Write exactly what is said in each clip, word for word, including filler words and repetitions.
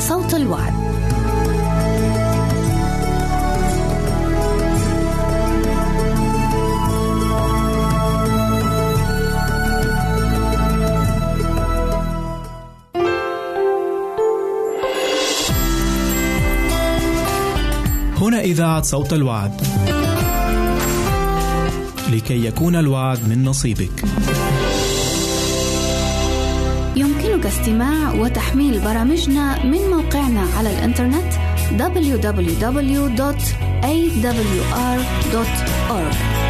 صوت الوعد. هنا إذاعة صوت الوعد، لكي يكون الوعد من نصيبك. يمكنك استماع وتحميل برامجنا من موقعنا على الإنترنت دبليو دبليو دبليو دوت إيه دبليو آر دوت أورج.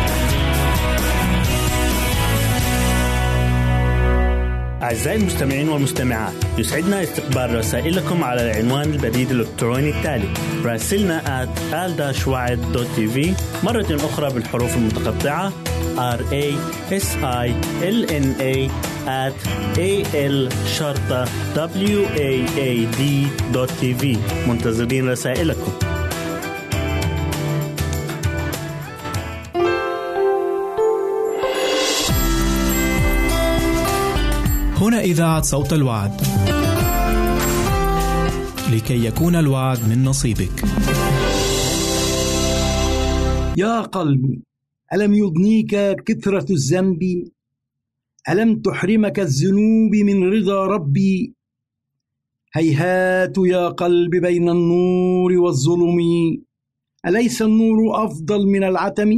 أعزائي المستمعين والمستمعات، يسعدنا استقبال رسائلكم على العنوان البريد الإلكتروني التالي: راسلنا آت آل داش وعد دوت تي في، مرة أخرى بالحروف المتقطعة آر إيه إس آي إل إن إيه آت إيه إل شرطة دبليو إيه إيه دي دوت تي في. منتظرين رسائلكم. هنا إذاعة صوت الوعد، لكي يكون الوعد من نصيبك. يا قلبي، ألم يضنيك كثرة الذنب؟ ألم تحرمك الذنوب من رضا ربي؟ هيهات يا قلب بين النور والظلم، أليس النور أفضل من العتم؟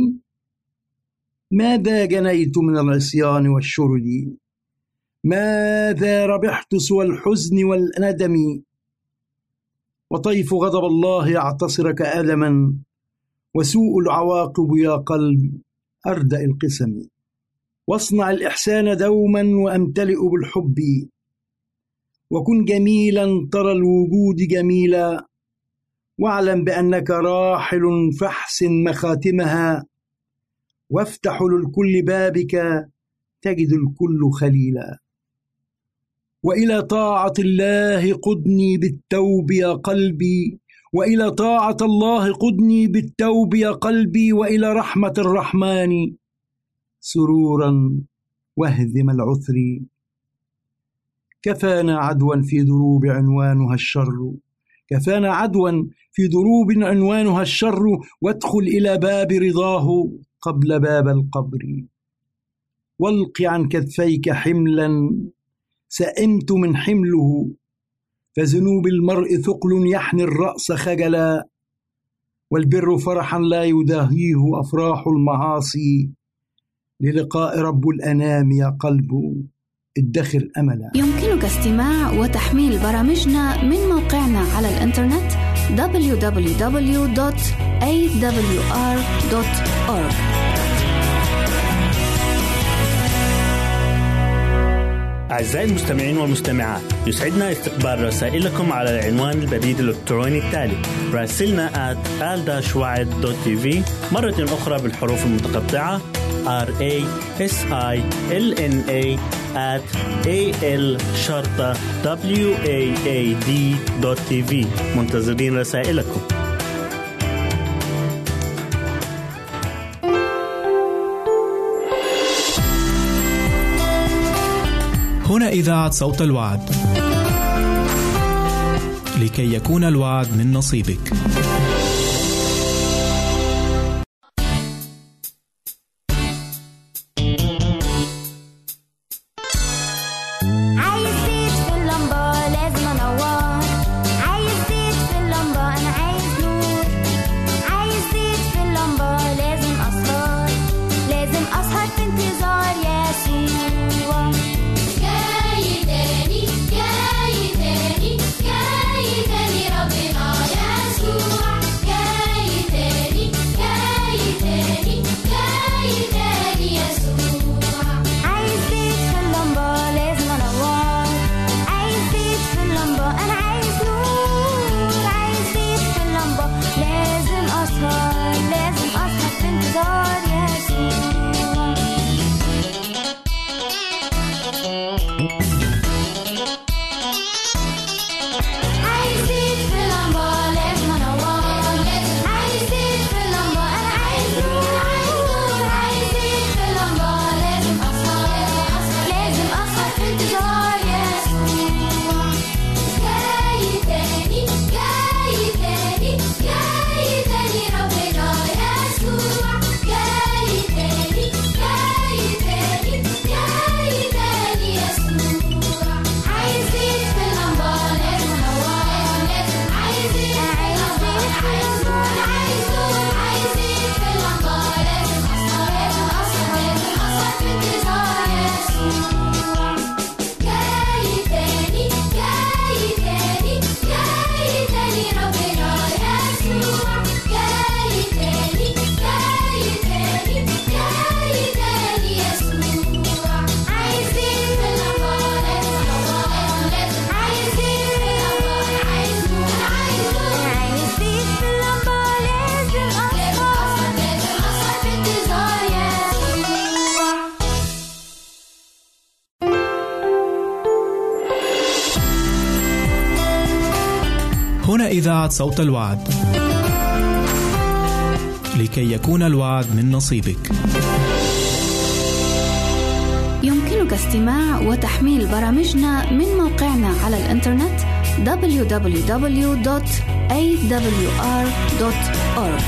ماذا جنيت من العصيان والشرد؟ ماذا ربحت سوى الحزن والندم؟ وطيف غضب الله يعتصرك ألما، وسوء العواقب يا قلبي أردأ القسم. واصنع الإحسان دوما وأمتلئ بالحب، وكن جميلا ترى الوجود جميلا، واعلم بأنك راحل فاحسن مخاتمها، وافتح للكل بابك تجد الكل خليلا. وإلى طاعة الله قدني بالتوب يا قلبي، وإلى طاعة الله قدني بالتوب يا قلبي، وإلى رحمة الرحمن سرورا واهذم العثر. كفانا عدوا في دروب عنوانها الشر، كفانا عدوا في دروب عنوانها الشر، وادخل إلى باب رضاه قبل باب القبر. والق عن كتفيك حملا سئمت من حمله، فذنوب المرء ثقل يحني الرأس خجلا، والبر فرحا لا يداهيه أفراح المعاصي. للقاء رب الأنام يا قلب ادخر أملا. يمكنك استماع وتحميل برامجنا من موقعنا على الإنترنت دبليو دبليو دبليو دوت إيه دبليو آر دوت أورج. أعزائي المستمعين والمستمعات، يسعدنا استقبال رسائلكم على العنوان البريد الإلكتروني التالي: راسلنا آت آل داش وعد دوت تي في، مرة أخرى بالحروف المتقطعة آر إيه إس آي إل إن إيه آت إيه إل شرطة دبليو إيه إيه دي دوت تي في. منتظرين رسائلكم. هنا إذاعة صوت الوعد، لكي يكون الوعد من نصيبك. جاي تاني جاي تاني ربنا يسوع. هنا إذاعة صوت الوعد. لكي يكون الوعد من نصيبك، يمكنك استماع وتحميل برامجنا من موقعنا على الإنترنت دبليو دبليو دبليو دوت إيه دبليو آر دوت أورج.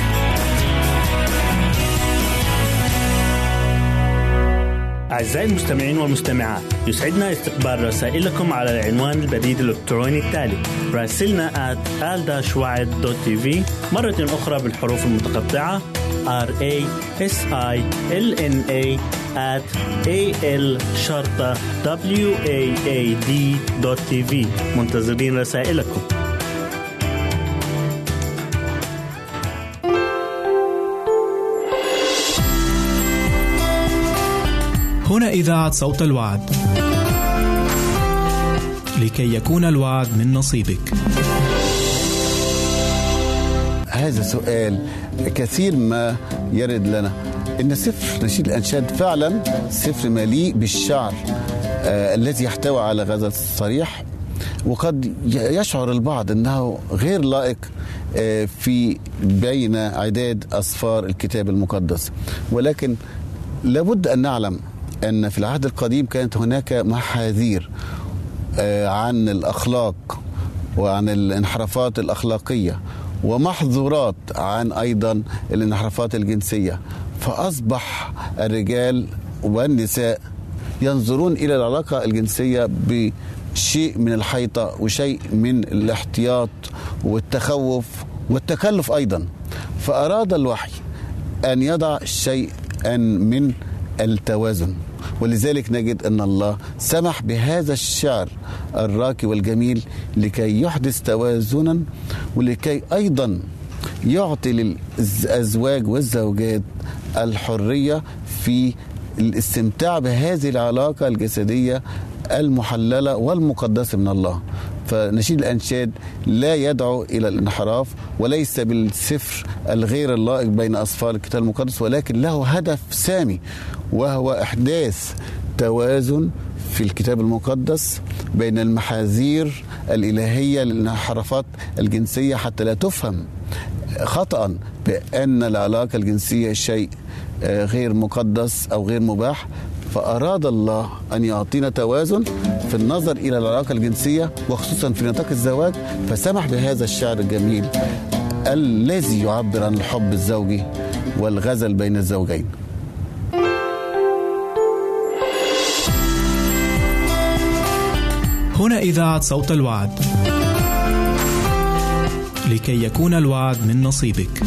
أعزائي المستمعين والمستمعات، يسعدنا استقبال رسائلكم على العنوان البريد الإلكتروني التالي: راسلنا آت آل داش وعد دوت تي في، مرة أخرى بالحروف المتقطعة آر إيه إس آي إل إن إيه آت إيه إل شرطة دبليو إيه إيه دي دوت تي في. منتظرين رسائلكم. هنا إذاعة صوت الوعد. لكي يكون الوعد من نصيبك. هذا سؤال كثير ما يرد لنا. إن سفر نشيد الأنشاد فعلا سفر مليء بالشعر آه الذي يحتوي على غزل صريح، وقد يشعر البعض أنه غير لائق آه في بين عداد أسفار الكتاب المقدس، ولكن لابد أن نعلم أن في العهد القديم كانت هناك محاذير آه عن الأخلاق وعن الانحرافات الأخلاقية، ومحظورات عن أيضا الانحرافات الجنسية. فأصبح الرجال والنساء ينظرون إلى العلاقة الجنسية بشيء من الحيطة وشيء من الاحتياط والتخوف والتكلف أيضا. فأراد الوحي أن يضع شيئا من التوازن، ولذلك نجد أن الله سمح بهذا الشعر الراقي والجميل لكي يحدث توازنا، ولكي أيضا يعطي للأزواج والزوجات الحرية في الاستمتاع بهذه العلاقة الجسدية المحللة والمقدسة من الله. فنشيد الأنشاد لا يدعو إلى الانحراف، وليس بالسفر الغير اللائق بين أسفار الكتاب المقدس، ولكن له هدف سامي، وهو إحداث توازن في الكتاب المقدس بين المحاذير الإلهية للانحرافات الجنسية، حتى لا تفهم خطأ بأن العلاقة الجنسية شيء غير مقدس أو غير مباح. فأراد الله أن يعطينا توازن في النظر إلى العلاقة الجنسية، وخصوصا في نطاق الزواج، فسمح بهذا الشعر الجميل الذي يعبر عن الحب الزوجي والغزل بين الزوجين. هنا إذاعة صوت الوعد. لكي يكون الوعد من نصيبك،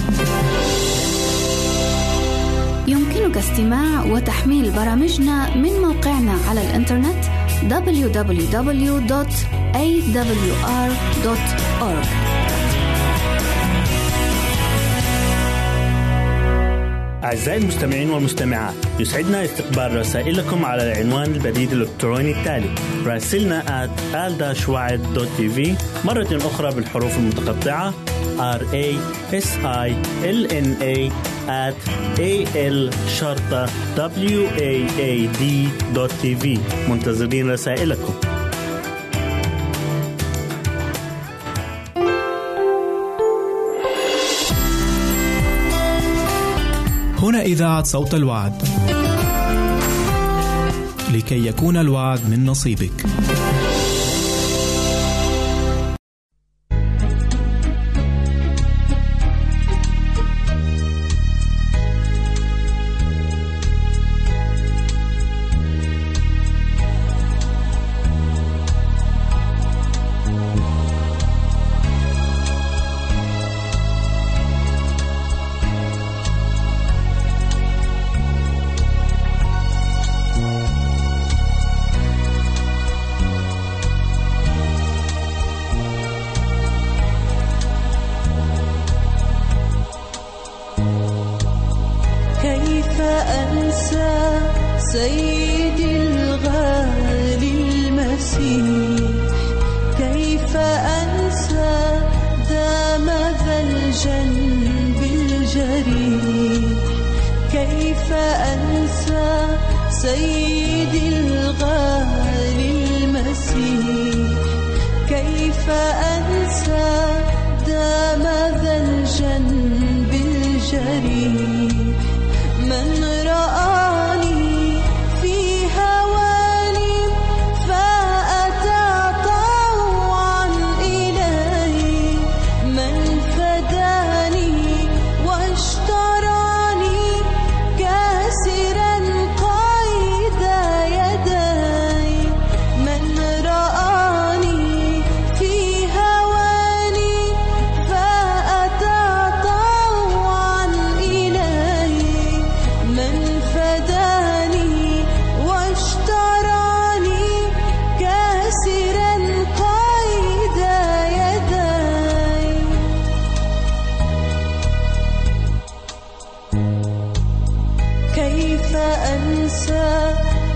يمكنك استماع وتحميل برامجنا من موقعنا على الإنترنت دبليو دبليو دبليو دوت إيه دبليو آر دوت أورج. أعزائي المستمعين والمستمعات، يسعدنا استقبال رسائلكم على العنوان البريد الإلكتروني التالي: راسلنا آت آل داش وعد دوت تي في، مرة أخرى بالحروف المتقطعة آر إيه إس آي إل إن إيه آت إيه إل شرطة دبليو إيه إيه دي دوت تي في. منتظرين رسائلكم. هنا إذاعة صوت الوعد. لكي يكون الوعد من نصيبك. سيدي الغالي المسيح، كيف أنسى دام ذا الجنب الجريح، كيف أنسى سيدي الغالي المسيح، كيف أنسى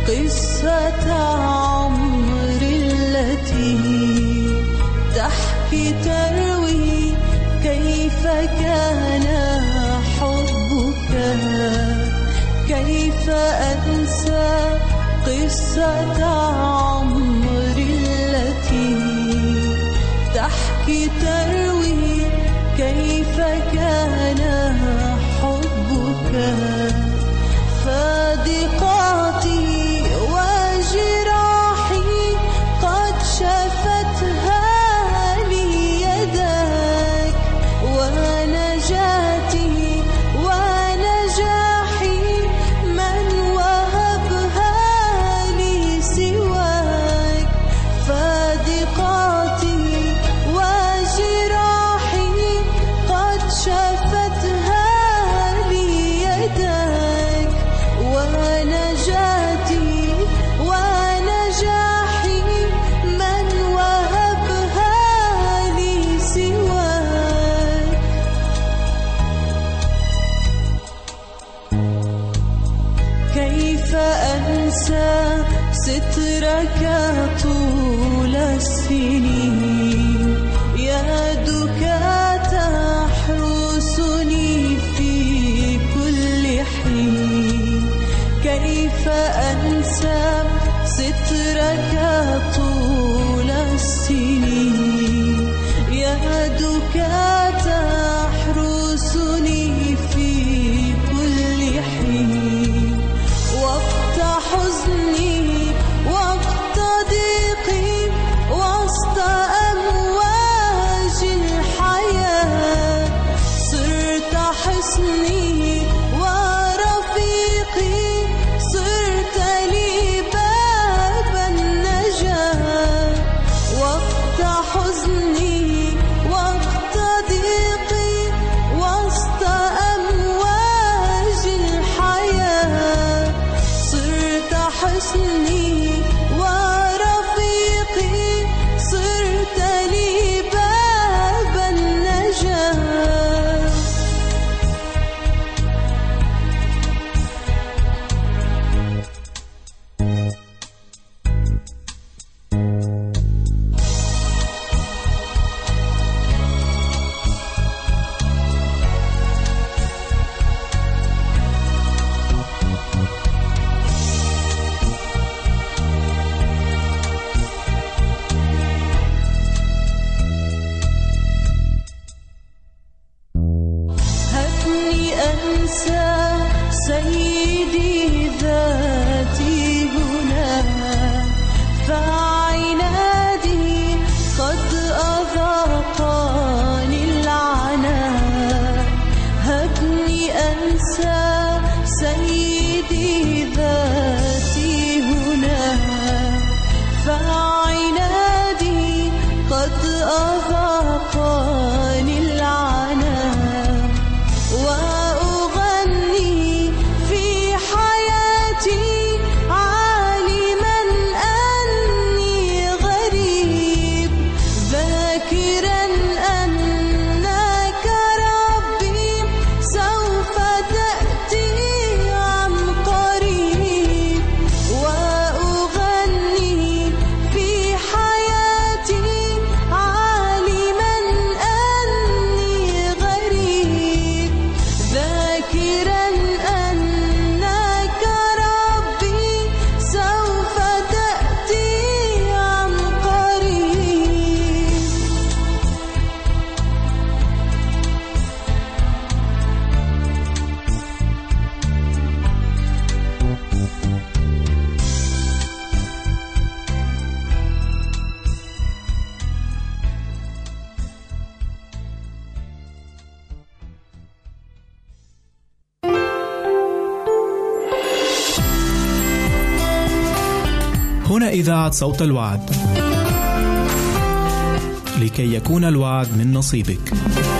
قصة عمر التي تحكي تروي كيف كان حبك. كيف أنسى قصة عمر التي تحكي تروي كيف كان حبك. فادقاتي وجراحي قد شفتها لي يدك، ونجاتي ونجاحي من وهبها لي سواك. فادقاتي وجراحي قد شفتها لي يدك، ونجاتي ونجاحي من وهبها لي سواك. كيف أنسى سترك طول السنين، يدك تحرسني في كل حين. كيف أنسى سترك طول السنين، يدك تحرسني في كل حين. وقت حزني وقت ضيقي وسط أمواج الحياة، صرت حصني ورفيقي، صرت لي باب النجاة. وقت حزني وقت ضيقي وسط أمواج الحياة، صرت حصني ورفيقي، صرت لي باب النجاة. هاتني أنسى سيدي ذاتي هنا، فعنادي قد أذاقني العنا. هاتني أنسى سيدي ذاتي هنا، فعنادي قد أذاقني العنا. وأغني في حياتي عالما أني غريب، ذاكرا أنك ربي سوف تأتي عن قريب. وأغني في حياتي عالما أني غريب، ذاكرا أنك ربي سوف تأتي عن قريب. هنا إذاعة صوت الوعد. لكي يكون الوعد من نصيبك،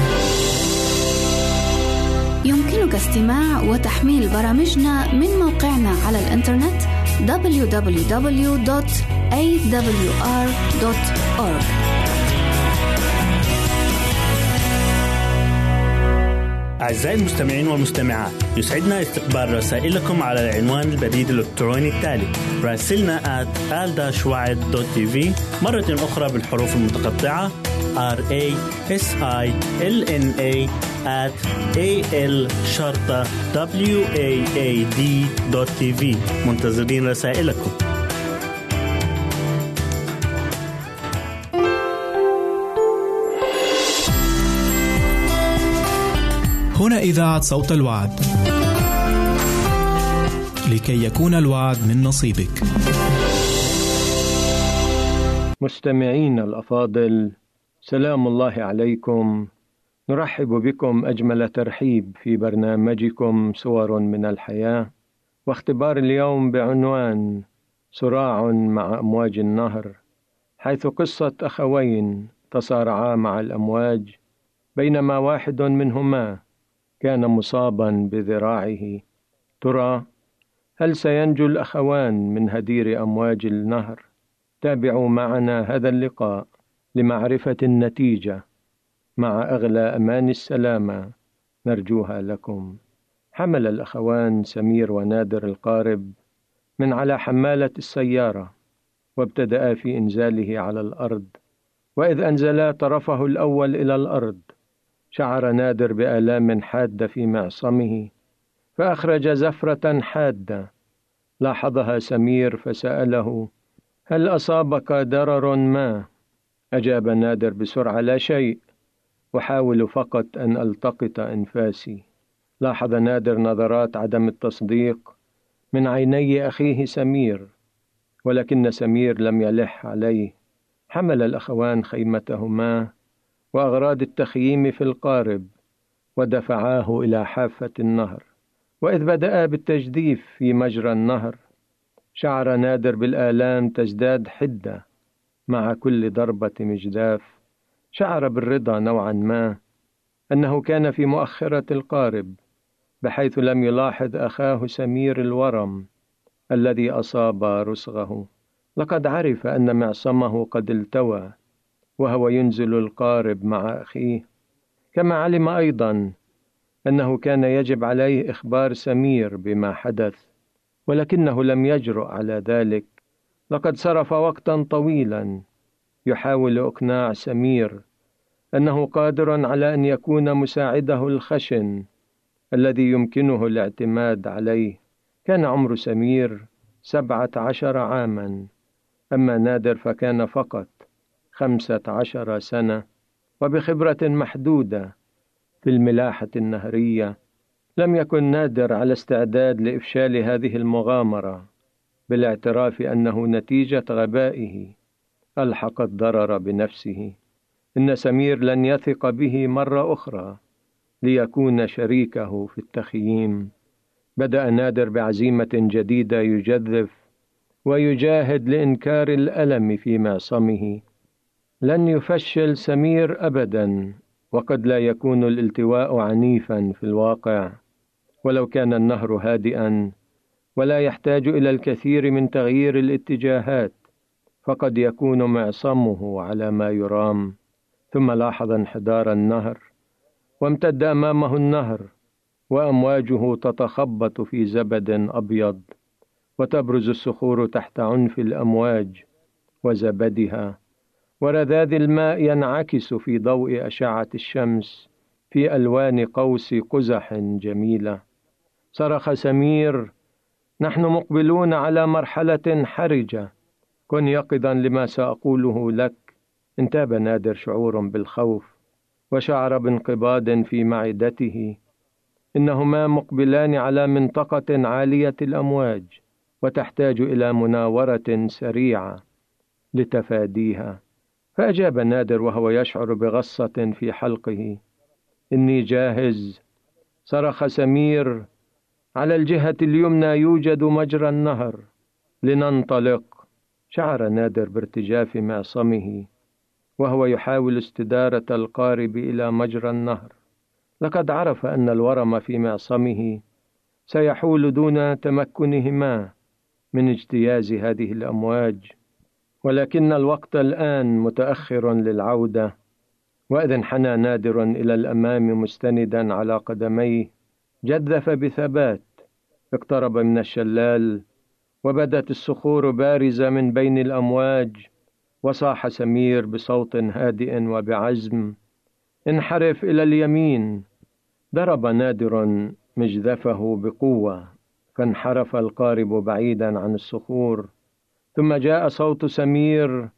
يمكنك استماع وتحميل برامجنا من موقعنا على الإنترنت دبليو دبليو دبليو دوت إيه دبليو آر دوت أورج. أعزائي المستمعين والمستمعات، يسعدنا استقبال رسائلكم على العنوان البريد الإلكتروني التالي: راسلنا آت آل وعد دوت تي في، مرة أخرى بالحروف المتقطعة R A S I L N A at A L شرطة W A A D دوت تي في. منتظرين رسائلكم. هنا إذاعة صوت الوعد. لكي يكون الوعد من نصيبك. مستمعين الأفاضل، سلام الله عليكم. نرحب بكم أجمل ترحيب في برنامجكم صور من الحياة، واختبار اليوم بعنوان صراع مع أمواج النهر، حيث قصة أخوين تصارعا مع الأمواج، بينما واحد منهما كان مصابا بذراعه. ترى هل سينجو الأخوان من هدير أمواج النهر؟ تابعوا معنا هذا اللقاء لمعرفة النتيجة مع أغلى أمان السلامة نرجوها لكم. حمل الأخوان سمير ونادر القارب من على حمالة السيارة، وابتدأ في إنزاله على الأرض. وإذ أنزلا طرفه الأول إلى الأرض، شعر نادر بآلام حادة في معصمه، فأخرج زفرة حادة. لاحظها سمير فسأله: هل أصابك ضرر ما؟ أجاب نادر بسرعة: لا شيء، أحاول فقط أن ألتقط أنفاسي. لاحظ نادر نظرات عدم التصديق من عيني أخيه سمير، ولكن سمير لم يلح عليه. حمل الأخوان خيمتهما وأغراض التخييم في القارب، ودفعاه إلى حافة النهر. وإذ بدأ بالتجديف في مجرى النهر، شعر نادر بالآلام تزداد حدة مع كل ضربة مجداف. شعر بالرضا نوعا ما أنه كان في مؤخرة القارب، بحيث لم يلاحظ أخاه سمير الورم الذي أصاب رسغه. لقد عرف أن معصمه قد التوى وهو ينزل القارب مع أخيه، كما علم أيضا أنه كان يجب عليه إخبار سمير بما حدث، ولكنه لم يجرؤ على ذلك. لقد صرف وقتا طويلا يحاول إقناع سمير أنه قادر على أن يكون مساعده الخشن الذي يمكنه الاعتماد عليه. كان عمر سمير سبعة عشر عاما، أما نادر فكان فقط خمسة عشر سنة، وبخبرة محدودة في الملاحة النهرية. لم يكن نادر على استعداد لإفشال هذه المغامرة، بالاعتراف أنه نتيجة غبائه ألحق الضرر بنفسه. إن سمير لن يثق به مرة أخرى ليكون شريكه في التخييم. بدأ نادر بعزيمة جديدة يجذف ويجاهد لإنكار الألم في معصمه. لن يفشل سمير أبدا، وقد لا يكون الالتواء عنيفا في الواقع. ولو كان النهر هادئا ولا يحتاج إلى الكثير من تغيير الاتجاهات، فقد يكون معصمه على ما يرام. ثم لاحظ انحدار النهر، وامتد أمامه النهر وأمواجه تتخبط في زبد أبيض، وتبرز الصخور تحت عنف الأمواج وزبدها، ورذاذ الماء ينعكس في ضوء أشعة الشمس في ألوان قوس قزح جميلة. صرخ سمير: نحن مقبلون على مرحلة حرجة، كن يقظا لما سأقوله لك. انتاب نادر شعور بالخوف، وشعر بانقباض في معدته. إنهما مقبلان على منطقة عالية الأمواج، وتحتاج إلى مناورة سريعة لتفاديها. فأجاب نادر وهو يشعر بغصة في حلقه: إني جاهز. صرخ سمير: على الجهة اليمنى يوجد مجرى النهر، لننطلق. شعر نادر بارتجاف معصمه وهو يحاول استدارة القارب إلى مجرى النهر. لقد عرف أن الورم في معصمه سيحول دون تمكنهما من اجتياز هذه الأمواج، ولكن الوقت الآن متأخر للعودة، وإذ انحنى نادر إلى الأمام مستندا على قدميه جدف بثبات، اقترب من الشلال وبدت الصخور بارزة من بين الأمواج، وصاح سمير بصوت هادئ وبعزم: انحرف إلى اليمين. ضرب نادر مجدفه بقوة، فانحرف القارب بعيدا عن الصخور، ثم جاء صوت سمير: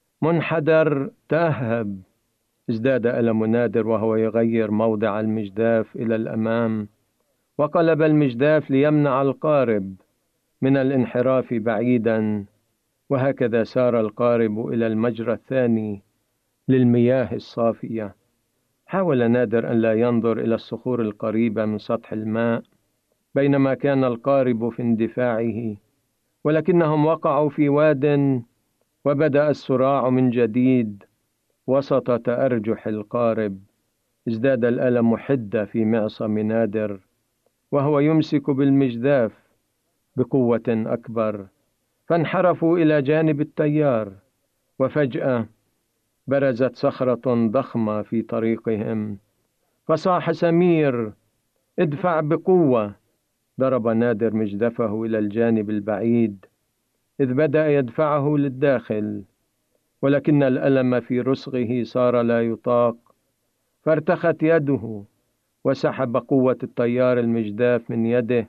منحدر، تأهب. ازداد ألم نادر وهو يغير موضع المجداف إلى الأمام، وقلب المجداف ليمنع القارب من الانحراف بعيدا، وهكذا سار القارب إلى المجرى الثاني للمياه الصافية. حاول نادر أن لا ينظر إلى الصخور القريبة من سطح الماء بينما كان القارب في اندفاعه، ولكنهم وقعوا في واد، وبدأ الصراع من جديد وسط تأرجح القارب. ازداد الألم حدة في معصم نادر وهو يمسك بالمجداف بقوة أكبر، فانحرفوا إلى جانب التيار، وفجأة برزت صخرة ضخمة في طريقهم، فصاح سمير: ادفع بقوة. ضرب نادر مجدفه إلى الجانب البعيد، إذ بدأ يدفعه للداخل، ولكن الألم في رسغه صار لا يطاق، فارتخت يده وسحب قوة التيار المجداف من يده،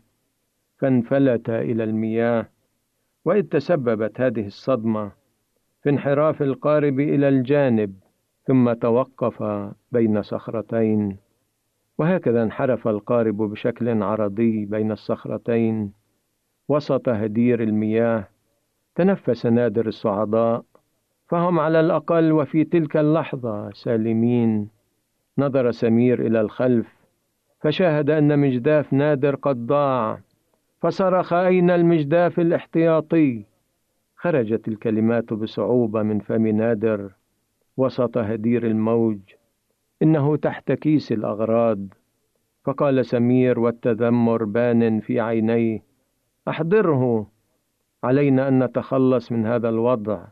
فانفلت إلى المياه. وإذ تسببت هذه الصدمة في انحراف القارب إلى الجانب، ثم توقف بين صخرتين، وهكذا انحرف القارب بشكل عرضي بين الصخرتين وسط هدير المياه. تنفس نادر الصعداء، فهم على الأقل وفي تلك اللحظة سالمين. نظر سمير إلى الخلف فشاهد أن مجداف نادر قد ضاع، فصرخ: أين المجداف الاحتياطي؟ خرجت الكلمات بصعوبة من فم نادر وسط هدير الموج: إنه تحت كيس الأغراض. فقال سمير والتذمر بان في عينيه: أحضره، علينا أن نتخلص من هذا الوضع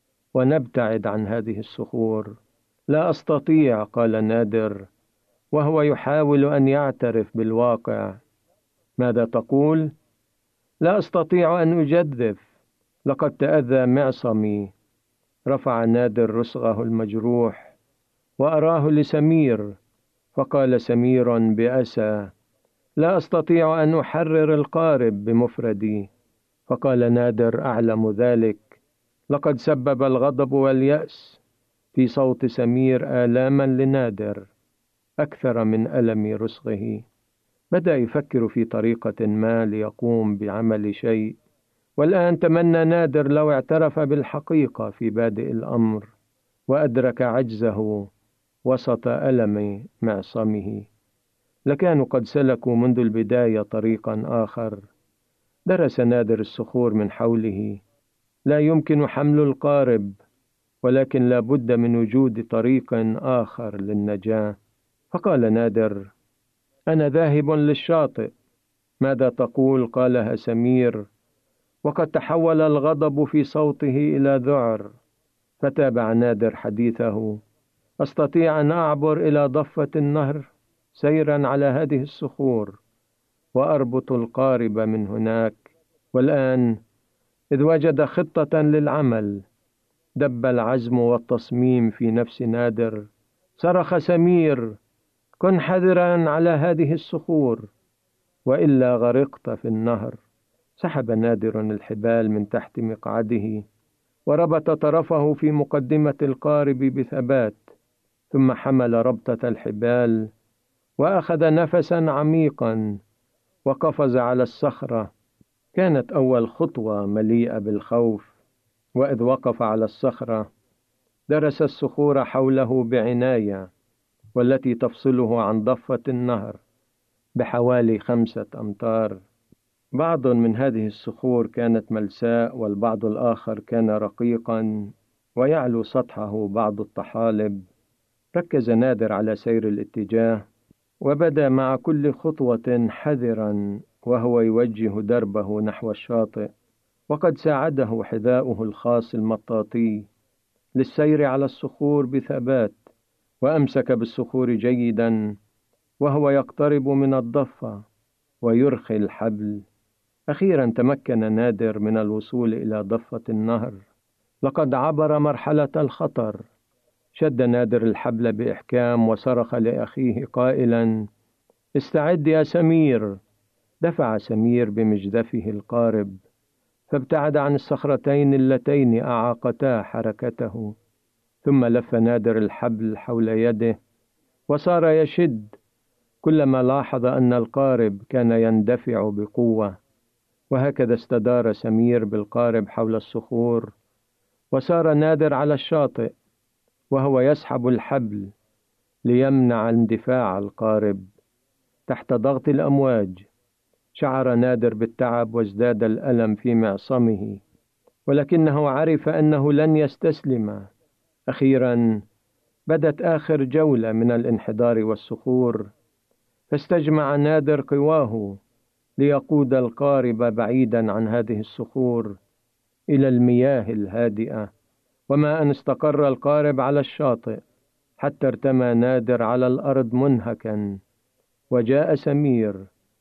ونبتعد عن هذه الصخور. لا أستطيع، قال نادر وهو يحاول أن يعترف بالواقع. ماذا تقول؟ لا أستطيع أن أجدف، لقد تأذى معصمي. رفع نادر رسغه المجروح وأراه لسمير، فقال سمير بأسى: لا أستطيع أن أحرر القارب بمفردي. فقال نادر: أعلم ذلك، لقد سبب الغضب واليأس في صوت سمير آلاما لنادر أكثر من ألم رسغه. بدأ يفكر في طريقة ما ليقوم بعمل شيء، والآن تمنى نادر لو اعترف بالحقيقة في بادئ الأمر وأدرك عجزه وسط ألم معصمه. لكانوا قد سلكوا منذ البداية طريقا آخر. درس نادر الصخور من حوله، لا يمكن حمل القارب، ولكن لا بد من وجود طريق آخر للنجاة. فقال نادر: أنا ذاهب للشاطئ. ماذا تقول؟ قالها سمير، وقد تحول الغضب في صوته إلى ذعر. فتابع نادر حديثه: أستطيع أن أعبر إلى ضفة النهر سيرا على هذه الصخور وأربط القارب من هناك. والآن إذ وجد خطة للعمل دب العزم والتصميم في نفس نادر. صرخ سمير: كن حذرا على هذه الصخور وإلا غرقت في النهر. سحب نادر الحبال من تحت مقعده وربط طرفه في مقدمة القارب بثبات، ثم حمل ربطة الحبال وأخذ نفسا عميقا وقفز على الصخرة. كانت أول خطوة مليئة بالخوف، وإذ وقف على الصخرة درس الصخور حوله بعناية، والتي تفصله عن ضفة النهر بحوالي خمسة أمتار. بعض من هذه الصخور كانت ملساء، والبعض الآخر كان رقيقا ويعلو سطحه بعض الطحالب. ركز نادر على سير الاتجاه، وبدا مع كل خطوة حذرا وهو يوجه دربه نحو الشاطئ، وقد ساعده حذاؤه الخاص المطاطي للسير على الصخور بثبات وأمسك بالصخور جيدا وهو يقترب من الضفة ويرخي الحبل. أخيرا تمكن نادر من الوصول إلى ضفة النهر. لقد عبر مرحلة الخطر. شد نادر الحبل بإحكام وصرخ لأخيه قائلا: استعد يا سمير. دفع سمير بمجدفه القارب، فابتعد عن الصخرتين اللتين أعاقتا حركته. ثم لف نادر الحبل حول يده وصار يشد، كلما لاحظ أن القارب كان يندفع بقوة. وهكذا استدار سمير بالقارب حول الصخور، وسار نادر على الشاطئ وهو يسحب الحبل ليمنع اندفاع القارب. تحت ضغط الأمواج شعر نادر بالتعب وازداد الألم في معصمه، ولكنه عرف أنه لن يستسلم. أخيرا بدت آخر جولة من الانحدار والصخور، فاستجمع نادر قواه ليقود القارب بعيدا عن هذه الصخور إلى المياه الهادئة. وما أن استقر القارب على الشاطئ حتى ارتمى نادر على الأرض منهكا، وجاء سمير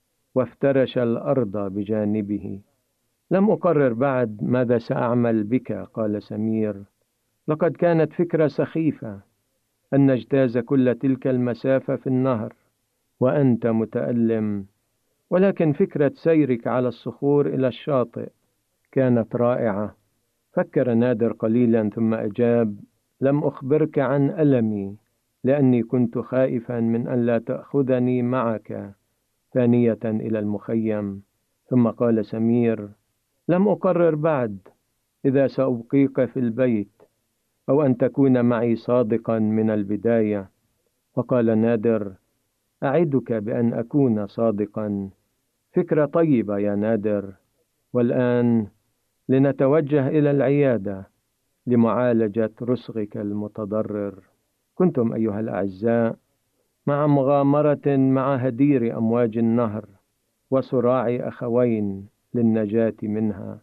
وافترش الأرض بجانبه. لم أقرر بعد ماذا سأعمل بك، قال سمير. لقد كانت فكرة سخيفة أن نجتاز كل تلك المسافة في النهر وأنت متألم، ولكن فكرة سيرك على الصخور إلى الشاطئ كانت رائعة. فكر نادر قليلا ثم أجاب: لم أخبرك عن ألمي لأني كنت خائفا من أن لا تأخذني معك ثانية إلى المخيم. ثم قال سمير: لم أقرر بعد إذا سأبقيك في البيت أو أن تكون معي صادقا من البداية. فقال نادر: أعدك بأن أكون صادقا. فكرة طيبة يا نادر. والآن لنتوجه إلى العيادة لمعالجة رسغك المتضرر. كنتم أيها الأعزاء مع مغامرة مع هدير أمواج النهر وصراع أخوين للنجاة منها.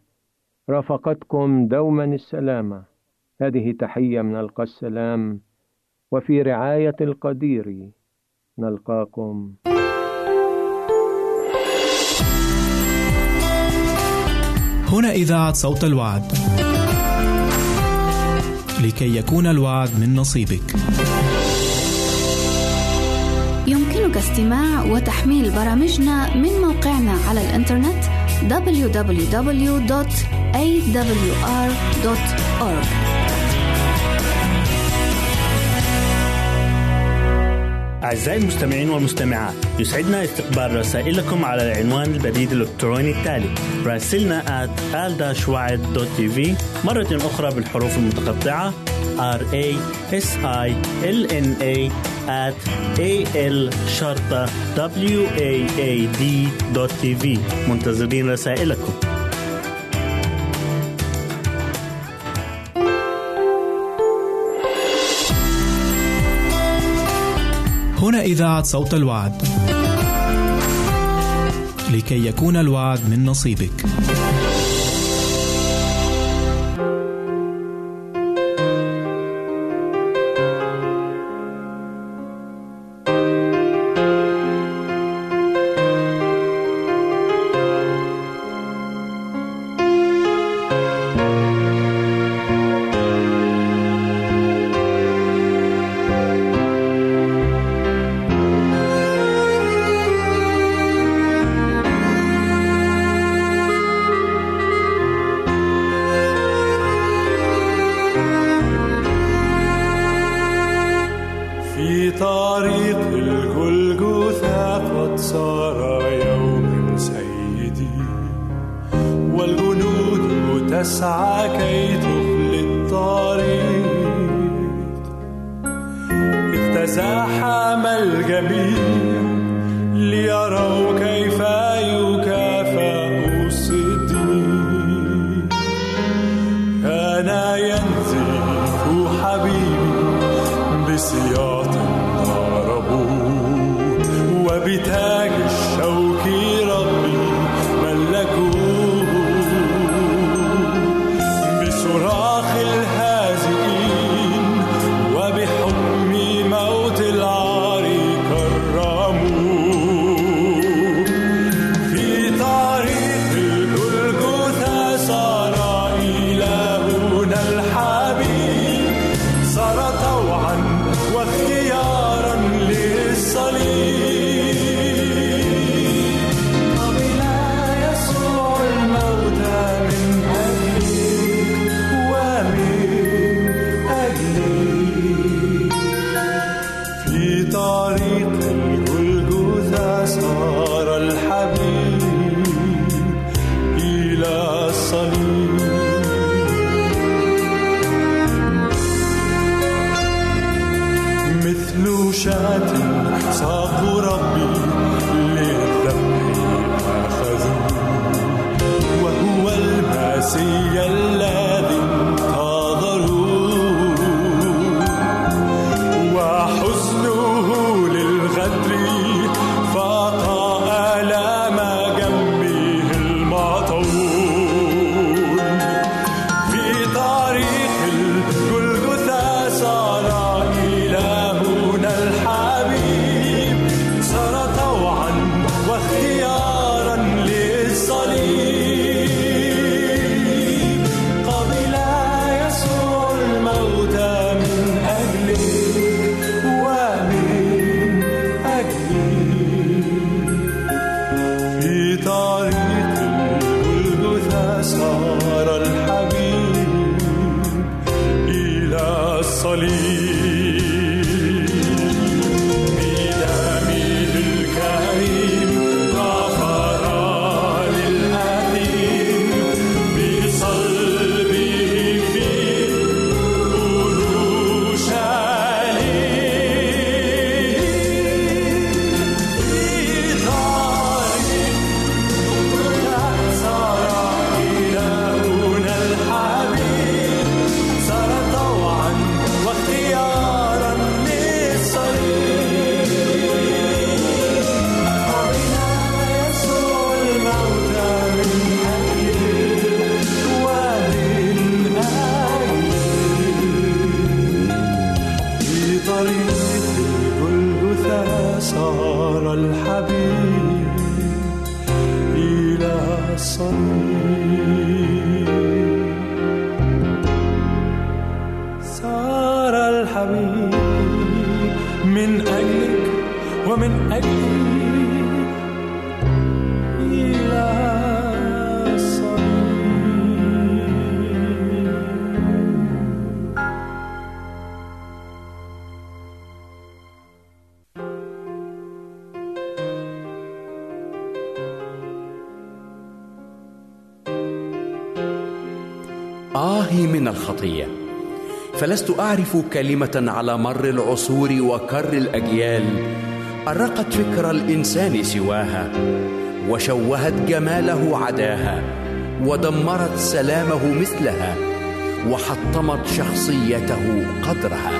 رافقتكم دوما السلامة. هذه تحية من ألقى السلام، وفي رعاية القدير نلقاكم. هنا إذاعة صوت الوعد، لكي يكون الوعد من نصيبك. يمكنك استماع وتحميل برامجنا من موقعنا على الإنترنت دبليو دبليو دبليو دوت إيه دبليو آر دوت أورج. أعزائي المستمعين والمستمعات، يسعدنا استقبال رسائلكم على العنوان البريد الإلكتروني التالي: راسلنا آت آل داش وعد دوت تي في، مرة أخرى بالحروف المتقطعة آر إيه إس آي إل إن إيه آت إيه إل شرطة دبليو إيه إيه دي دوت تي في. منتظرين رسائلكم. هنا إذاعة صوت الوعد، لكي يكون الوعد من نصيبك. تسعى كي تخلي الطريق، إذ تزاحم الجميع ليروا كيف يكافئ الصديق. كان ينزف حبيبي بسياط ضربوه، وبتاج الشوك ربي ملكوه، بصراخ الهازئين وبحكم موت طريق الجلجثة صار الحبيب إلى الصليب. مثل شاة ساق ربي للذبح أخذوا، وهو المسيح الذي انتظروا، وحزنه للغدر فاق آلام جنبه المطعون. في طريق الجلجثة صار إلهنا الحبيب، صار طوعا واختيارا للصليب. قبل يسوع الموت من أجلك ومن أجلي. في طريق الجلجثة صار الحبيب إلى الصليب. بدمه الكريم غفر للآثم، بصلبه في أورشليم. في طريق صار إلهنا الحبيب، صار طوعا واختيارا للصليب. قبل يسوع الموت من أجلي ومن أجلي. في طريق الجلجثة صار الحبيب إلى الصليب. صار الحبيب من أجلك ومن أجلي إلى الصليب. آهي من الخطية، فلست أعرف كلمة على مر العصور وكر الأجيال أرقت فكر الإنسان سواها، وشوهت جماله عداها، ودمرت سلامه مثلها، وحطمت شخصيته قدرها.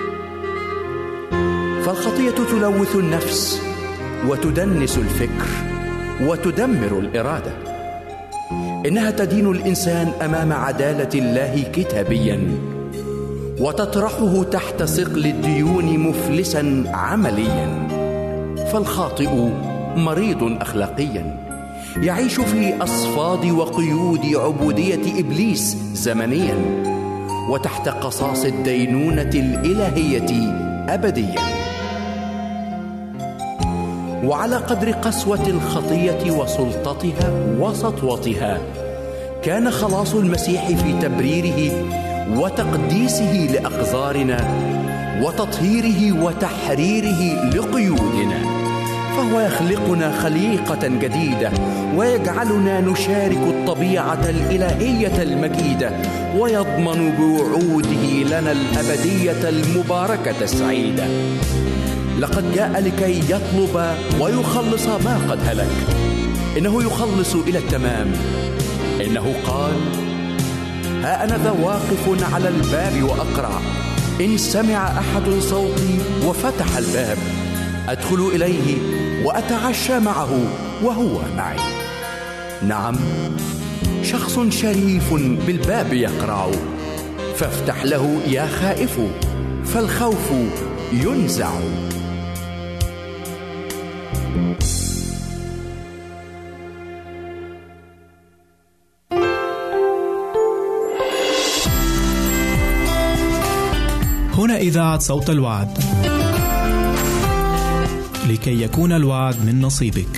فالخطية تلوث النفس، وتدنس الفكر، وتدمر الإرادة. إنها تدين الإنسان أمام عدالة الله كتابياً، وتطرحه تحت ثقل الديون مفلساً عملياً. فالخاطئ مريض أخلاقياً، يعيش في أصفاد وقيود عبودية إبليس زمنياً، وتحت قصاص الدينونة الإلهية أبدياً. وعلى قدر قسوة الخطية وسلطتها وسطوتها، كان خلاص المسيح في تبريره وتقديسه لأقذارنا، وتطهيره وتحريره لقيودنا. فهو يخلقنا خليقة جديدة، ويجعلنا نشارك الطبيعة الإلهية المجيدة، ويضمن بوعوده لنا الأبدية المباركة السعيدة. لقد جاء لكي يطلب ويخلص ما قد هلك. إنه يخلص إلى التمام. إنه قال: ها أنا ذا واقف على الباب وأقرع، إن سمع أحد صوتي وفتح الباب أدخل إليه وأتعشى معه وهو معي. نعم، شخص شريف بالباب يقرع، فافتح له يا خائف، فالخوف ينزع. هنا إذاعة صوت الوعد، لكي يكون الوعد من نصيبك.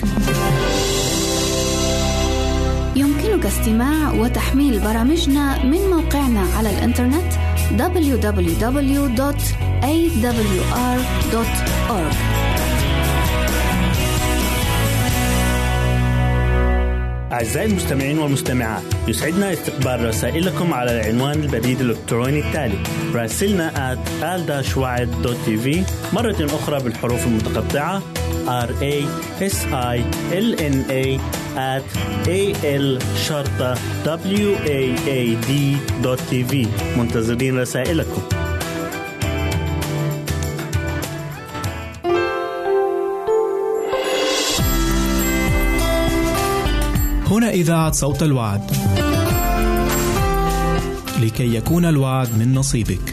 يمكنك استماع وتحميل برامجنا من موقعنا على الإنترنت دبليو دبليو دبليو دوت إيه دبليو آر دوت أورج. أعزائي المستمعين والمستمعات، يسعدنا استقبال رسائلكم على العنوان البريد الإلكتروني التالي: راسلنا آت آل داش وعد دوت تي في، مرة أخرى بالحروف المتقطعة R A S I L N A at A L شرطة W A A D دوت تي في. منتظرين رسائلكم. هنا إذاعة صوت الوعد، لكي يكون الوعد من نصيبك.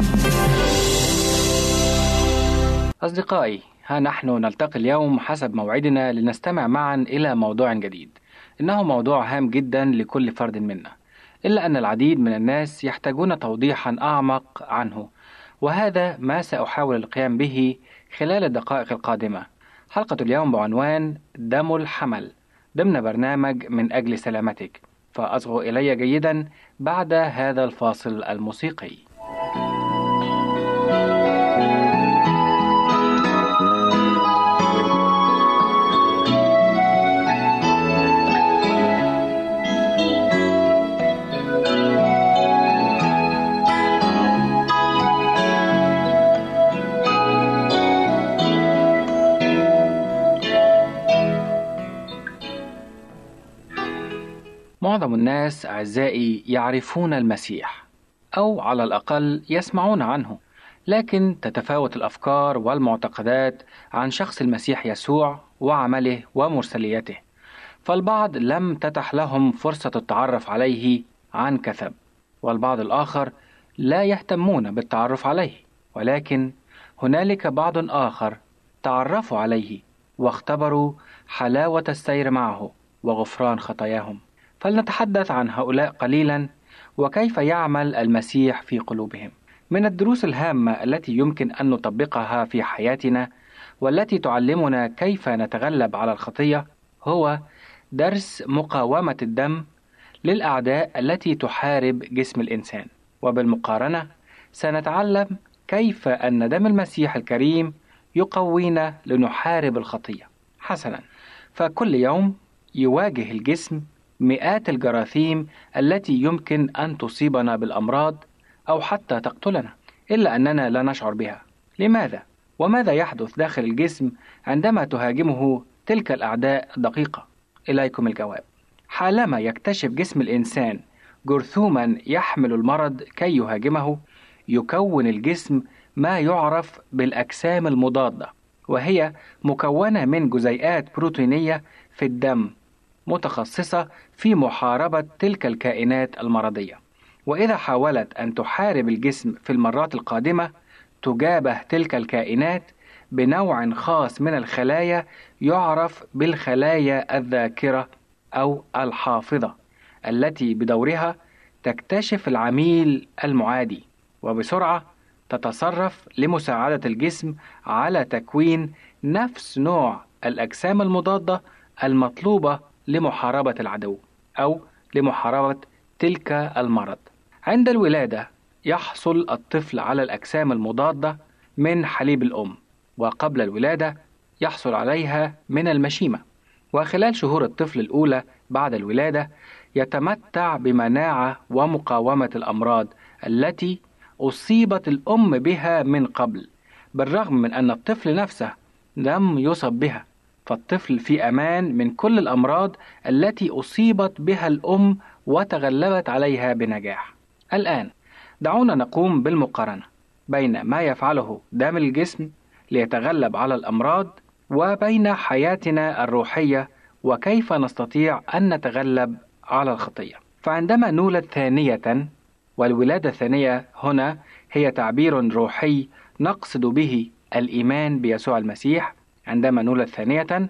أصدقائي، ها نحن نلتقي اليوم حسب موعدنا لنستمع معا إلى موضوع جديد. إنه موضوع هام جدا لكل فرد منا، إلا أن العديد من الناس يحتاجون توضيحا أعمق عنه، وهذا ما سأحاول القيام به خلال الدقائق القادمة. حلقة اليوم بعنوان دم الحمل ضمن برنامج من أجل سلامتك، فأصغوا إلي جيدا بعد هذا الفاصل الموسيقي. معظم الناس أعزائي يعرفون المسيح، أو على الأقل يسمعون عنه، لكن تتفاوت الأفكار والمعتقدات عن شخص المسيح يسوع وعمله ومرسليته، فالبعض لم تتح لهم فرصة التعرف عليه عن كثب، والبعض الآخر لا يهتمون بالتعرف عليه، ولكن هنالك بعض آخر تعرفوا عليه واختبروا حلاوة السير معه وغفران خطاياهم. فلنتحدث عن هؤلاء قليلا وكيف يعمل المسيح في قلوبهم. من الدروس الهامة التي يمكن أن نطبقها في حياتنا والتي تعلمنا كيف نتغلب على الخطية هو درس مقاومة الدم للأعداء التي تحارب جسم الإنسان، وبالمقارنة سنتعلم كيف أن دم المسيح الكريم يقوينا لنحارب الخطية. حسنا، فكل يوم يواجه الجسم مئات الجراثيم التي يمكن أن تصيبنا بالأمراض أو حتى تقتلنا، إلا أننا لا نشعر بها. لماذا؟ وماذا يحدث داخل الجسم عندما تهاجمه تلك الأعداء الدقيقة؟ إليكم الجواب. حالما يكتشف جسم الإنسان جرثوما يحمل المرض كي يهاجمه، يكون الجسم ما يعرف بالأجسام المضادة، وهي مكونة من جزيئات بروتينية في الدم متخصصة في محاربة تلك الكائنات المرضية. وإذا حاولت أن تحارب الجسم في المرات القادمة، تجابه تلك الكائنات بنوع خاص من الخلايا يعرف بالخلايا الذاكرة أو الحافظة، التي بدورها تكتشف العميل المعادي وبسرعة تتصرف لمساعدة الجسم على تكوين نفس نوع الأجسام المضادة المطلوبة لمحاربة العدو أو لمحاربة تلك المرض. عند الولادة يحصل الطفل على الأجسام المضادة من حليب الأم، وقبل الولادة يحصل عليها من المشيمة، وخلال شهور الطفل الأولى بعد الولادة يتمتع بمناعة ومقاومة الأمراض التي أصيبت الأم بها من قبل، بالرغم من أن الطفل نفسه لم يصب بها، فالطفل في أمان من كل الأمراض التي أصيبت بها الأم وتغلبت عليها بنجاح. الآن دعونا نقوم بالمقارنة بين ما يفعله دم الجسم ليتغلب على الأمراض وبين حياتنا الروحية وكيف نستطيع أن نتغلب على الخطية. فعندما نولد ثانية، والولادة الثانية هنا هي تعبير روحي نقصد به الإيمان بيسوع المسيح، عندما نولد ثانية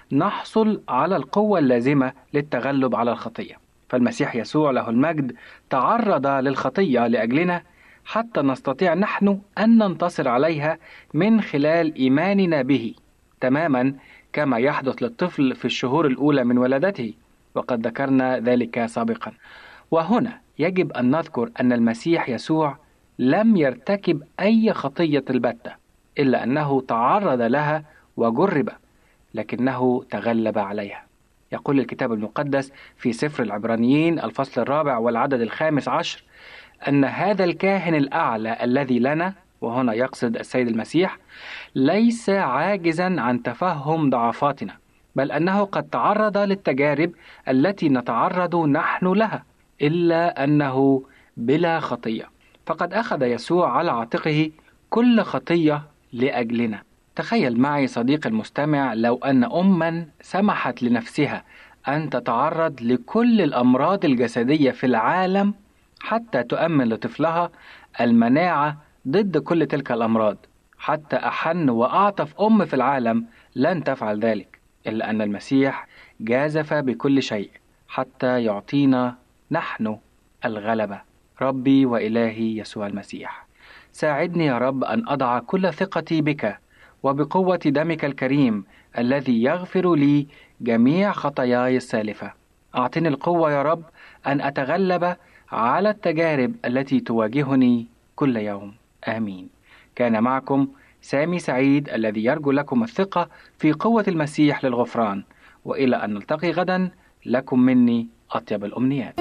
نحصل على القوة اللازمة للتغلب على الخطية. فالمسيح يسوع له المجد تعرض للخطية لأجلنا حتى نستطيع نحن أن ننتصر عليها من خلال إيماننا به، تماما كما يحدث للطفل في الشهور الأولى من ولادته، وقد ذكرنا ذلك سابقا. وهنا يجب أن نذكر أن المسيح يسوع لم يرتكب أي خطية البتة، إلا أنه تعرض لها وجرب، لكنه تغلب عليها. يقول الكتاب المقدس في سفر العبرانيين الفصل الرابع والعدد الخامس عشر أن هذا الكاهن الأعلى الذي لنا، وهنا يقصد السيد المسيح، ليس عاجزا عن تفهم ضعفاتنا، بل أنه قد تعرض للتجارب التي نتعرض نحن لها، إلا أنه بلا خطية. فقد أخذ يسوع على عاتقه كل خطية لأجلنا. تخيل معي صديق المستمع لو أن أماً سمحت لنفسها أن تتعرض لكل الأمراض الجسدية في العالم حتى تؤمن لطفلها المناعة ضد كل تلك الأمراض. حتى أحن وأعطف أم في العالم لن تفعل ذلك، إلا أن المسيح جازف بكل شيء حتى يعطينا نحن الغلبة. ربي وإلهي يسوع المسيح، ساعدني يا رب أن أضع كل ثقتي بك وبقوة دمك الكريم الذي يغفر لي جميع خطاياي السالفة. أعطني القوة يا رب أن أتغلب على التجارب التي تواجهني كل يوم. آمين. كان معكم سامي سعيد الذي يرجو لكم الثقة في قوة المسيح للغفران، وإلى أن نلتقي غدا، لكم مني أطيب الأمنيات.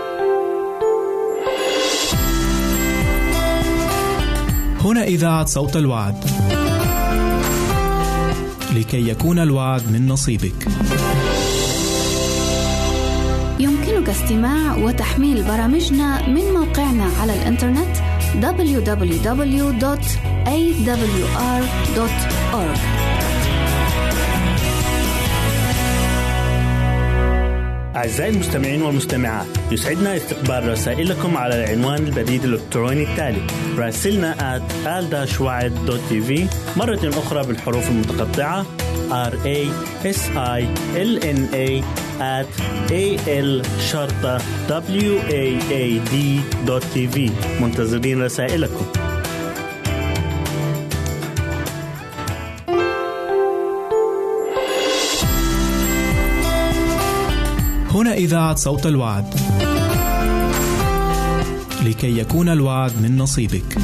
هنا إذاعة صوت الوعد، لكي يكون الوعد من نصيبك. يمكنك استماع وتحميل برامجنا من موقعنا على الإنترنت دبليو دبليو دبليو دوت إيه دبليو آر دوت أورج. أعزائي المستمعين والمستمعات، يسعدنا استقبال رسائلكم على العنوان البريد الإلكتروني التالي: راسلنا آت آل وعد دوت تي في، مرة أخرى بالحروف المتقطعة آر إيه إس آي إل إن إيه آت إيه إل شرطة دبليو إيه إيه دي دوت تي في. منتظرين رسائلكم. هنا إذاعة صوت الوعد، لكي يكون الوعد من نصيبك.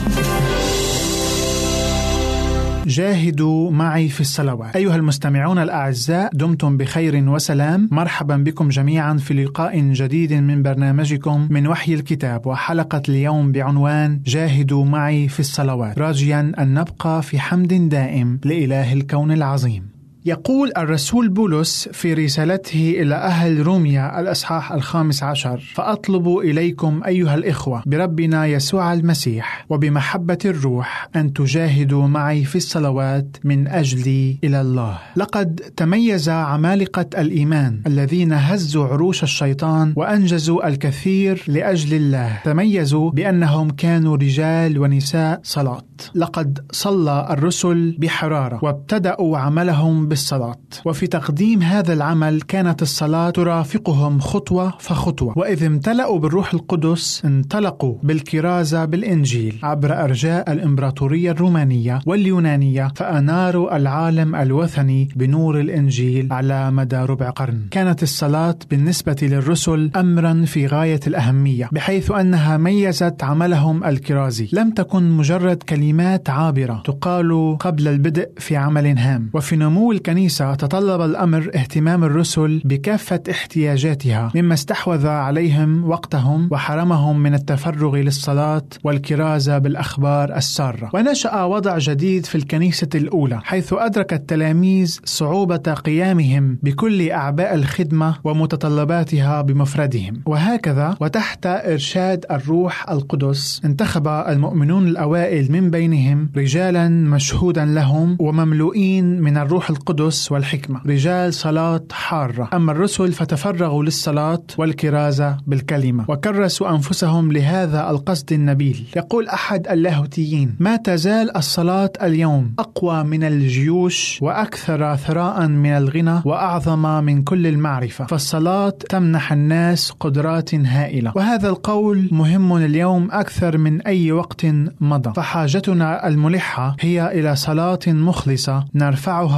جاهدوا معي في الصلوات. أيها المستمعون الأعزاء، دمتم بخير وسلام. مرحبا بكم جميعا في لقاء جديد من برنامجكم من وحي الكتاب، وحلقة اليوم بعنوان جاهدوا معي في الصلوات، راجيا أن نبقى في حمد دائم لإله الكون العظيم. يقول الرسول بولس في رسالته إلى أهل روميا الأصحاح الخامس عشر: فأطلب إليكم أيها الإخوة بربنا يسوع المسيح وبمحبة الروح أن تجاهدوا معي في الصلوات من أجلي إلى الله. لقد تميز عمالقة الإيمان الذين هزوا عروش الشيطان وأنجزوا الكثير لأجل الله، تميزوا بأنهم كانوا رجال ونساء صلاة. لقد صلى الرسل بحرارة وابتدأوا عملهم بالصلاة، وفي تقديم هذا العمل كانت الصلاة ترافقهم خطوة فخطوة، وإذ امتلأوا بالروح القدس انطلقوا بالكرازة بالإنجيل عبر أرجاء الإمبراطورية الرومانية واليونانية، فأناروا العالم الوثني بنور الإنجيل على مدى ربع قرن. كانت الصلاة بالنسبة للرسل أمرا في غاية الأهمية، بحيث أنها ميزت عملهم الكرازي. لم تكن مجرد كلمات عابرة تقال قبل البدء في عمل هام. وفي نمو الكنيسة تطلب الأمر اهتمام الرسل بكافة احتياجاتها، مما استحوذ عليهم وقتهم وحرمهم من التفرغ للصلاة والكرازة بالأخبار السارة. ونشأ وضع جديد في الكنيسة الأولى، حيث أدرك التلاميذ صعوبة قيامهم بكل أعباء الخدمة ومتطلباتها بمفردهم. وهكذا وتحت إرشاد الروح القدس انتخب المؤمنون الأوائل من بينهم رجالا مشهودا لهم ومملوئين من الروح القدس والحكمة، رجال صلاة حارة. أما الرسل فتفرغوا للصلاة والكرازة بالكلمة، وكرسوا أنفسهم لهذا القصد النبيل. يقول أحد اللاهوتيين: ما تزال الصلاة اليوم أقوى من الجيوش وأكثر ثراء من الغنى وأعظم من كل المعرفة، فالصلاة تمنح الناس قدرات هائلة. وهذا القول مهم اليوم أكثر من أي وقت مضى، فحاجتنا الملحة هي إلى صلاة مخلصة نرفعها إلى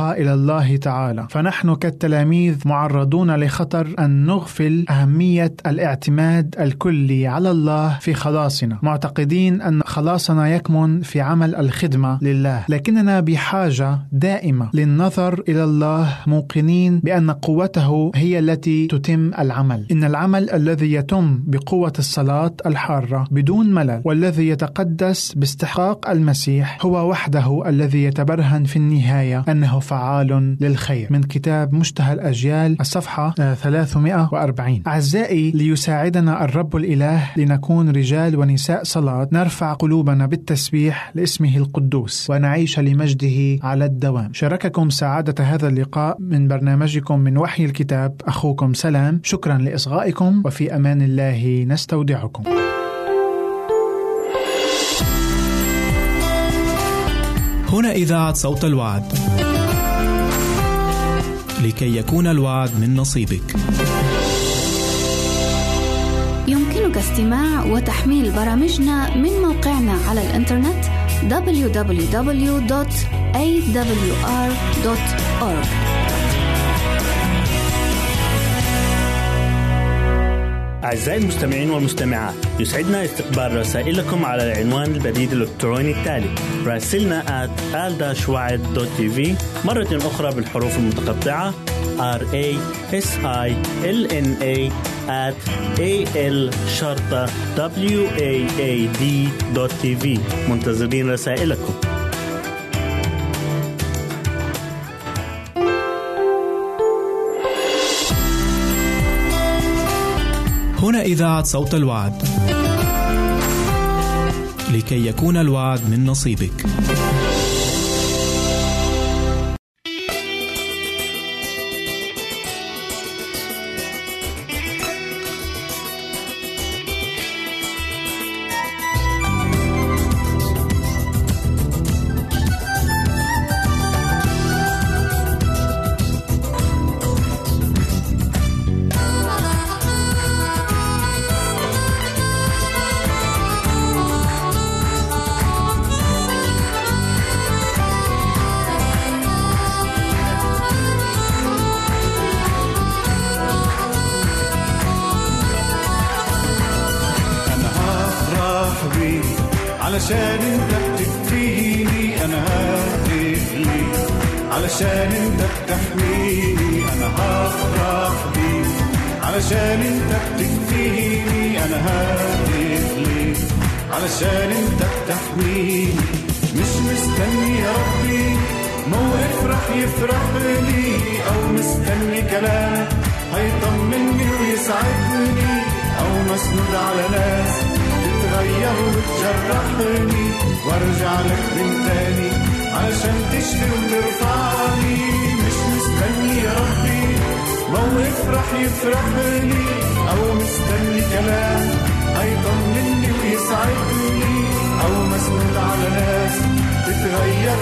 الله تعالى، فنحن كالتلاميذ معرضون لخطر أن نغفل أهمية الاعتماد الكلي على الله في خلاصنا، معتقدين أن خلاصنا يكمن في عمل الخدمة لله، لكننا بحاجة دائمة للنظر إلى الله، موقنين بأن قوته هي التي تتم العمل. إن العمل الذي يتم بقوة الصلاة الحارة بدون ملل والذي يتقدس باستحقاق المسيح هو وحده الذي يتبرهن في النهاية أنه فعال للخير. من كتاب مشتهى الأجيال الصفحة ثلاثمائة وأربعين. أعزائي، ليساعدنا الرب الإله لنكون رجال ونساء صلاة، نرفع قلوبنا بالتسبيح لاسمه القدوس ونعيش لمجده على الدوام. شارككم سعادة هذا اللقاء من برنامجكم من وحي الكتاب أخوكم سلام. شكرا لإصغائكم، وفي أمان الله نستودعكم. هنا إذاعة صوت الوعد، لكي يكون الوعد من نصيبك. يمكنك استماع وتحميل برامجنا من موقعنا على الإنترنت دبليو دبليو دبليو دوت إيه دبليو آر دوت أورج. أعزائي المستمعين والمستمعات، يسعدنا استقبال رسائلكم على العنوان البريد الإلكتروني التالي: راسلنا آت آل داش وعد دوت تي في، مرة أخرى بالحروف المتقطعة آر إيه إس آي إل إن إيه آت إيه إل شرطة دبليو إيه إيه دي دوت تي في. منتظرين رسائلكم. هنا إذاعة صوت الوعد، لكي يكون الوعد من نصيبك. علشان انت بتكفيني، انا ههتف ليك علشان انت بتحميني، انا هفرح بيك علشان انت بتكفيني، انا ههتف ليك علشان انت بتحميني. مش مستني يا ربي موقف رح يفرح لي، او مستني كلام هيطمني ويسعدني، او مسنود على ناس تتغير وتجرحني، وارجع لك من تاني علشان تشفي وترفعني. مش مستني يا ربي موقف رح يفرح لي، او مستني كلام هيطمني ويسعدني، او مسنود على ناس تتغير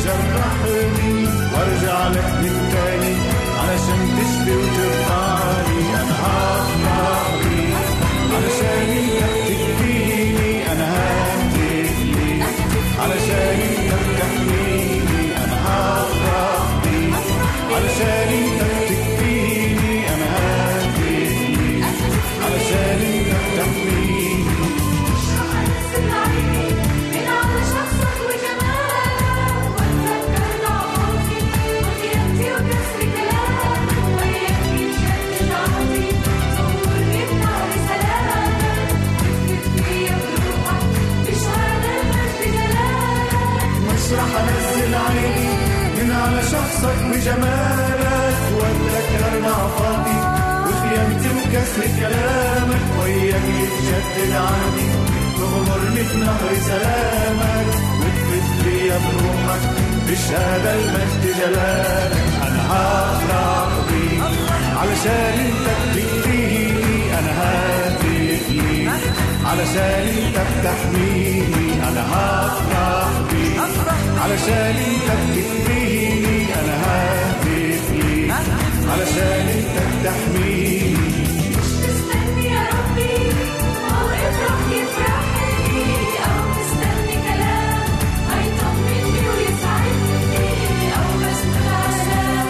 وتجرحني، وارجع لك من تاني علشان تشفي وترفعني. انا هفرح بيك علشان انت بتكفيني، انا ههتف ليك علشان انت بتحميني، انا هفرح بيك علشان انت بتكفيني، انا ههتف ليك علشان انت بتحميني. مش رح انزل عيني من على شخصك وجمالك، واتذكر ضعفاتي وخيانتي وكسر كلامك، وياك يتجدد عهدي، صورني بنهر سلامك، اكتب فيا بروحك بشهادة المجد جلالك. مش رح انزل عيني من على شخصك وجمالك، واتذكر ضعفاتي وخيانتي وكسر كلامك، وياك يتجدد عهدي، تغمرني في نهر سلامك، وتفت فيا بروحك بشهادة المجد جلالك. انا هفرح بيك علشان انت بتكفيني، انا ههتف ليك علشان انت بتحميني، انا هفرح بيك علشان انت بتكفيني، انا ههتف ليك علشان انت بتحميني. مش مستني يا ربي موقف رح يفرحني، او مستني كلام هيطمني ويسعدني، او مسنود على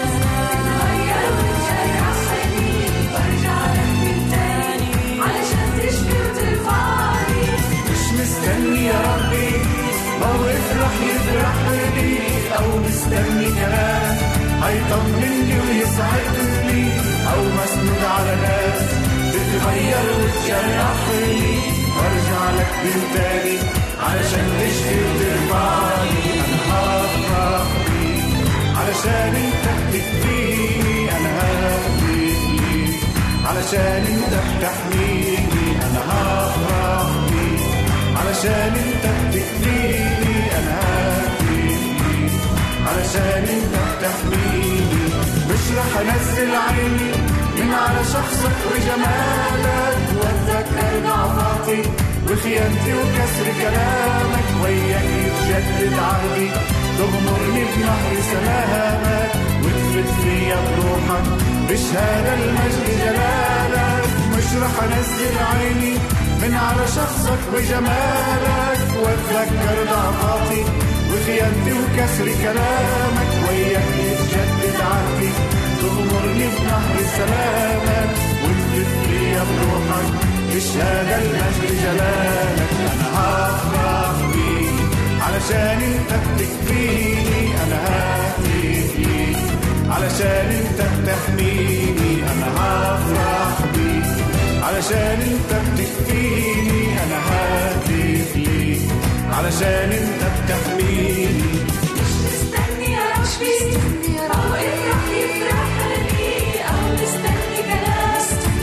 مني ويسعدني، أو مسنود على ناس تتغير وتجرحني، وارجع لك من تاني علشان تشفي وترفعني. أنا هفرح بيك علشان انت بتكفيني، أنا ههديك ليك علشان انت بتحميني. أنا هفرح بيك علشان انت بتكفيني، أنا ههديك ليك علشان انت بتحميني. مش رح انزل عيني من على شخصك وجمالك، واتذكر ضعفاتي وخيانتي وكسر كلامك، وياك يتجدد عهدي تغمرني بنهر سلامك، وتفت فيا بروحك بشهادة المجد جلالك. مش رح انزل عيني من على شخصك وجمالك، واتذكر ضعفاتي وخيانتي وكسر كلامك، وياك يتجدد عهدي تغمرني بنهر سلامك، وتفت فيا بروحك بشهادة المجد جلالك. أنا هفرح بيك علشان انت بتكفيني، أنا ههتف ليك علشان انت بتحميني. أنا هفرح بيك علشان انت بتكفيني، أنا ههتف ليك علشان انت بتحميني. مش مستني يا ربي أو افرح يفرحني، أو مستني كلام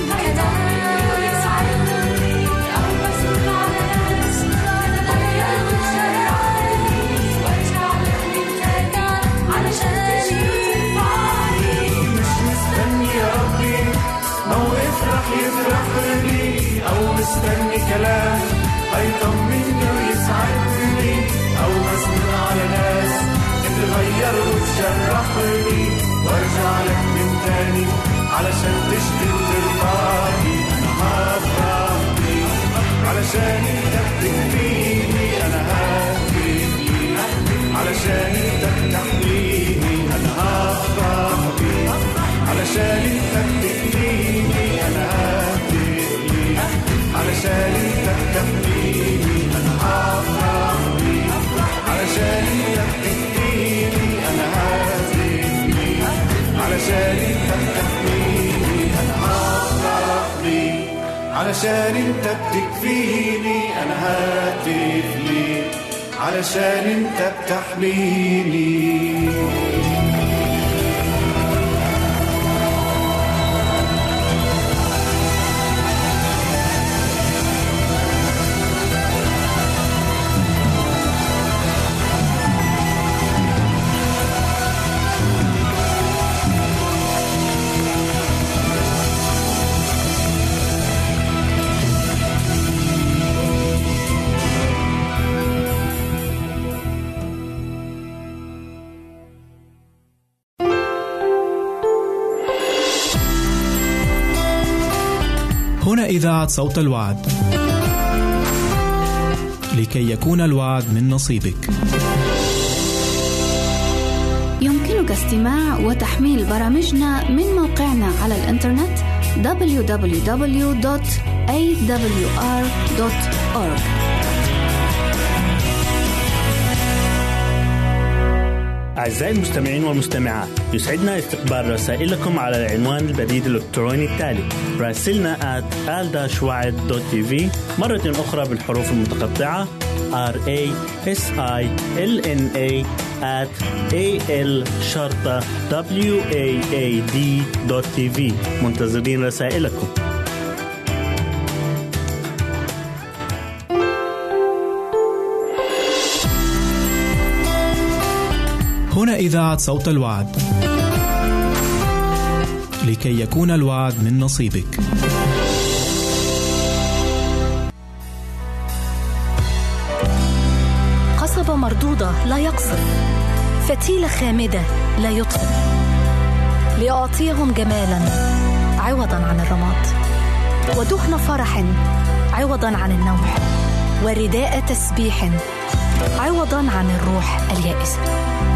هيضحكني ويسعدني، أو مسنود على ناس تتغير وتجرحني، وارجع لك من تاني علشان تشفي وترفعني. مش مستني يا ربي موقف رح يفرحني، أو مستني كلام هيطمني ويسعدني، أو مسنود على ناس تتغير وتجرحني، وارجع لك من تاني علشان تشفي وترفعني. أنا هفرح بيك علشان انت بتكفيني، أنا ههتف ليك علشان انت بتحميني. أنا هفرح بيك علشان انت بتكفيني، أنا ههتف ليك علشان انت بتحميني. أنا هفرح بيك علشان انت بتكفيني، أنا ههتف ليك علشان انت بتحميني. أنا هفرح بيك علشان انت بتكفيني، أنا ههتف ليك علشان انت بتحميني. هنا إذاعة صوت الوعد. لكي يكون الوعد من نصيبك، يمكنك استماع وتحميل برامجنا من موقعنا على الإنترنت دبليو دبليو دبليو دوت إيه دبليو آر دوت أورج. أعزائي المستمعين والمستمعات، يسعدنا استقبال رسائلكم على العنوان البريد الإلكتروني التالي: راسلنا آت آل داش وعد دوت تي في، مرة أخرى بالحروف المتقطعة آر إيه إس آي إل إن إيه آت إيه إل شرطة دبليو إيه إيه دي دوت تي في. منتظرين رسائلكم. هنا إذاعة صوت الوعد. لكي يكون الوعد من نصيبك. قصبة مردودة لا يقصر، فتيلة خامدة لا يطفئ، لأعطيهم جمالا عوضا عن الرماد، ودهن فرح عوضا عن النوح، ورداء تسبيح عوضا عن الروح اليائسة.